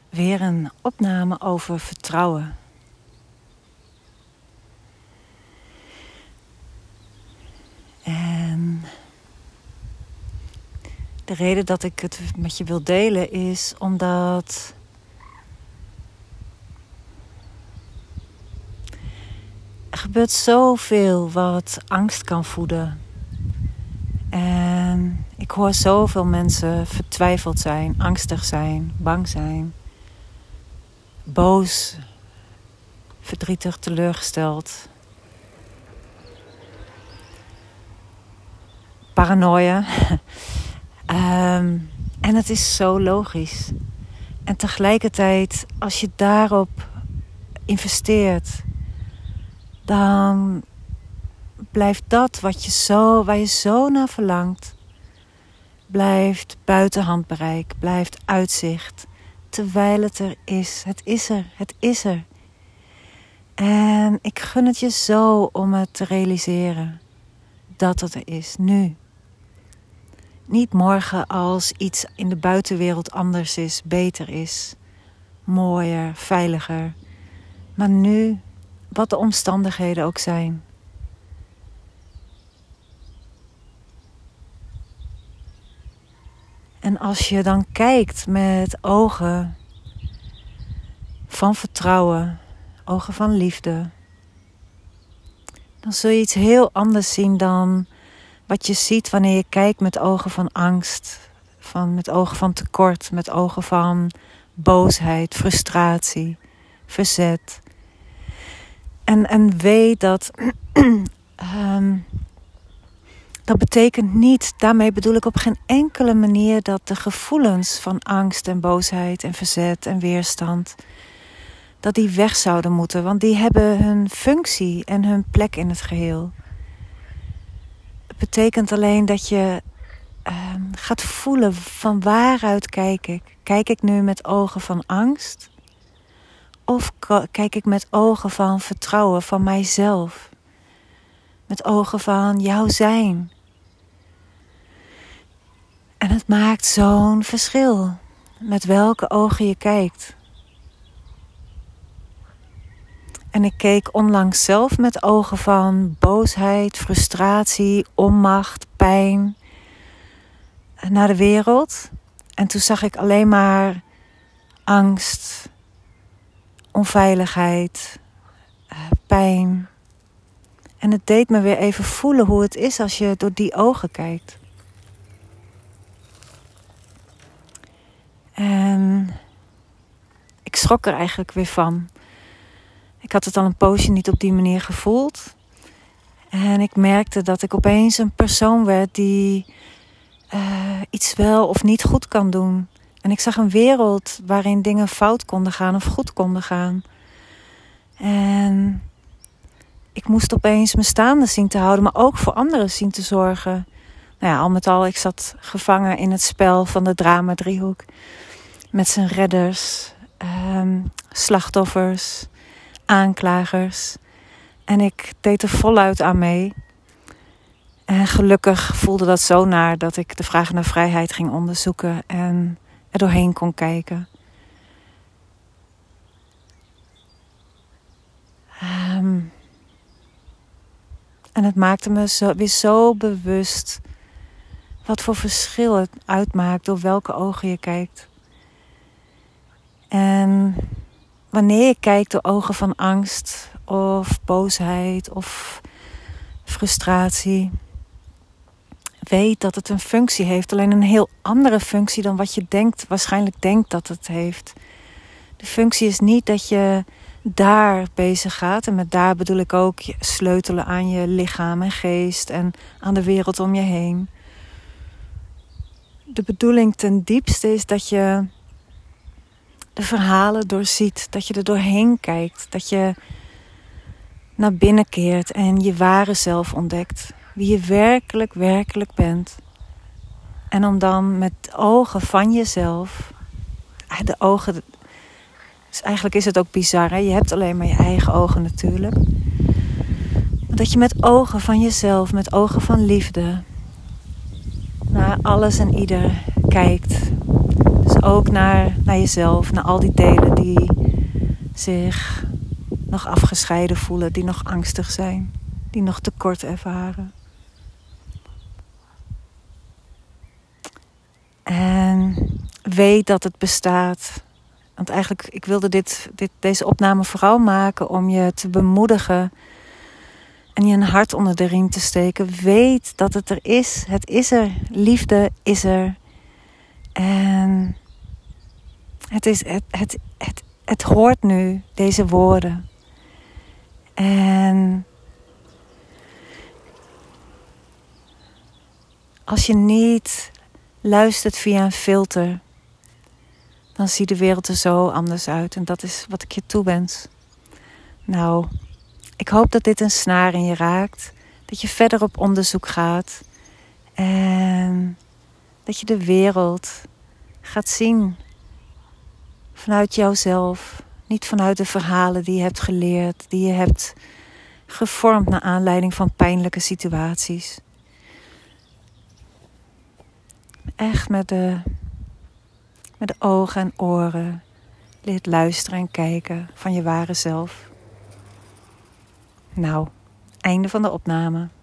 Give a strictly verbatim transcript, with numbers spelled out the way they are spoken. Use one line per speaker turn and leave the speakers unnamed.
weer een opname over vertrouwen. En de reden dat ik het met je wil delen is omdat er gebeurt zoveel wat angst kan voeden. En ik hoor zoveel mensen vertwijfeld zijn, angstig zijn, bang zijn, boos, verdrietig, teleurgesteld, paranoia. um, en het is zo logisch. En tegelijkertijd, als je daarop investeert, dan blijft dat wat je zo, waar je zo naar verlangt, blijft buiten handbereik, blijft uitzicht. Terwijl het er is. Het is er. Het is er. En ik gun het je zo om het te realiseren. Dat het er is. Nu. Niet morgen als iets in de buitenwereld anders is, beter is. Mooier, veiliger. Maar nu, wat de omstandigheden ook zijn. En als je dan kijkt met ogen van vertrouwen, ogen van liefde, dan zul je iets heel anders zien dan wat je ziet wanneer je kijkt met ogen van angst, van, met ogen van tekort, met ogen van boosheid, frustratie, verzet. En, en weet dat... um, Dat betekent niet, daarmee bedoel ik op geen enkele manier dat de gevoelens van angst en boosheid en verzet en weerstand, dat die weg zouden moeten, want die hebben hun functie en hun plek in het geheel. Het betekent alleen dat je uh, gaat voelen van waaruit kijk ik. Kijk ik nu met ogen van angst of kijk ik met ogen van vertrouwen van mijzelf? Met ogen van jouw zijn. En het maakt zo'n verschil met welke ogen je kijkt. En ik keek onlangs zelf met ogen van boosheid, frustratie, onmacht, pijn naar de wereld. En toen zag ik alleen maar angst, onveiligheid, pijn. En het deed me weer even voelen hoe het is als je door die ogen kijkt. En ik schrok er eigenlijk weer van. Ik had het al een poosje niet op die manier gevoeld. En ik merkte dat ik opeens een persoon werd die uh, iets wel of niet goed kan doen. En ik zag een wereld waarin dingen fout konden gaan of goed konden gaan. En ik moest opeens me staande zien te houden, maar ook voor anderen zien te zorgen. Nou ja, al met al, ik zat gevangen in het spel van de drama-driehoek. Met zijn redders, um, slachtoffers, aanklagers. En ik deed er voluit aan mee. En gelukkig voelde dat zo naar dat ik de vraag naar vrijheid ging onderzoeken en er doorheen kon kijken. Um, en het maakte me zo, weer zo bewust wat voor verschil het uitmaakt door welke ogen je kijkt. En wanneer je kijkt door ogen van angst of boosheid of frustratie, weet dat het een functie heeft. Alleen een heel andere functie dan wat je denkt, waarschijnlijk denkt dat het heeft. De functie is niet dat je daar bezig gaat. En met daar bedoel ik ook sleutelen aan je lichaam en geest en aan de wereld om je heen. De bedoeling ten diepste is dat je de verhalen doorziet, dat je er doorheen kijkt, dat je naar binnen keert en je ware zelf ontdekt. Wie je werkelijk, werkelijk bent. En om dan met ogen van jezelf, de ogen, dus eigenlijk is het ook bizar, hè? Je hebt alleen maar je eigen ogen natuurlijk. Maar dat je met ogen van jezelf, met ogen van liefde, naar alles en ieder kijkt. Dus dus ook naar, naar jezelf, naar al die delen die zich nog afgescheiden voelen, die nog angstig zijn, die nog tekort ervaren. En weet dat het bestaat. Want eigenlijk, ik wilde dit, dit, deze opname vooral maken om je te bemoedigen en je een hart onder de riem te steken. Weet dat het er is. Het is er. Liefde is er. En het, is, het, het, het, het hoort nu, deze woorden. En als je niet luistert via een filter, dan ziet de wereld er zo anders uit. En dat is wat ik je toewens. Nou, ik hoop dat dit een snaar in je raakt. Dat je verder op onderzoek gaat. En dat je de wereld gaat zien vanuit jouzelf. Niet vanuit de verhalen die je hebt geleerd. Die je hebt gevormd naar aanleiding van pijnlijke situaties. Echt met de, met de ogen en oren leert luisteren en kijken van je ware zelf. Nou, einde van de opname.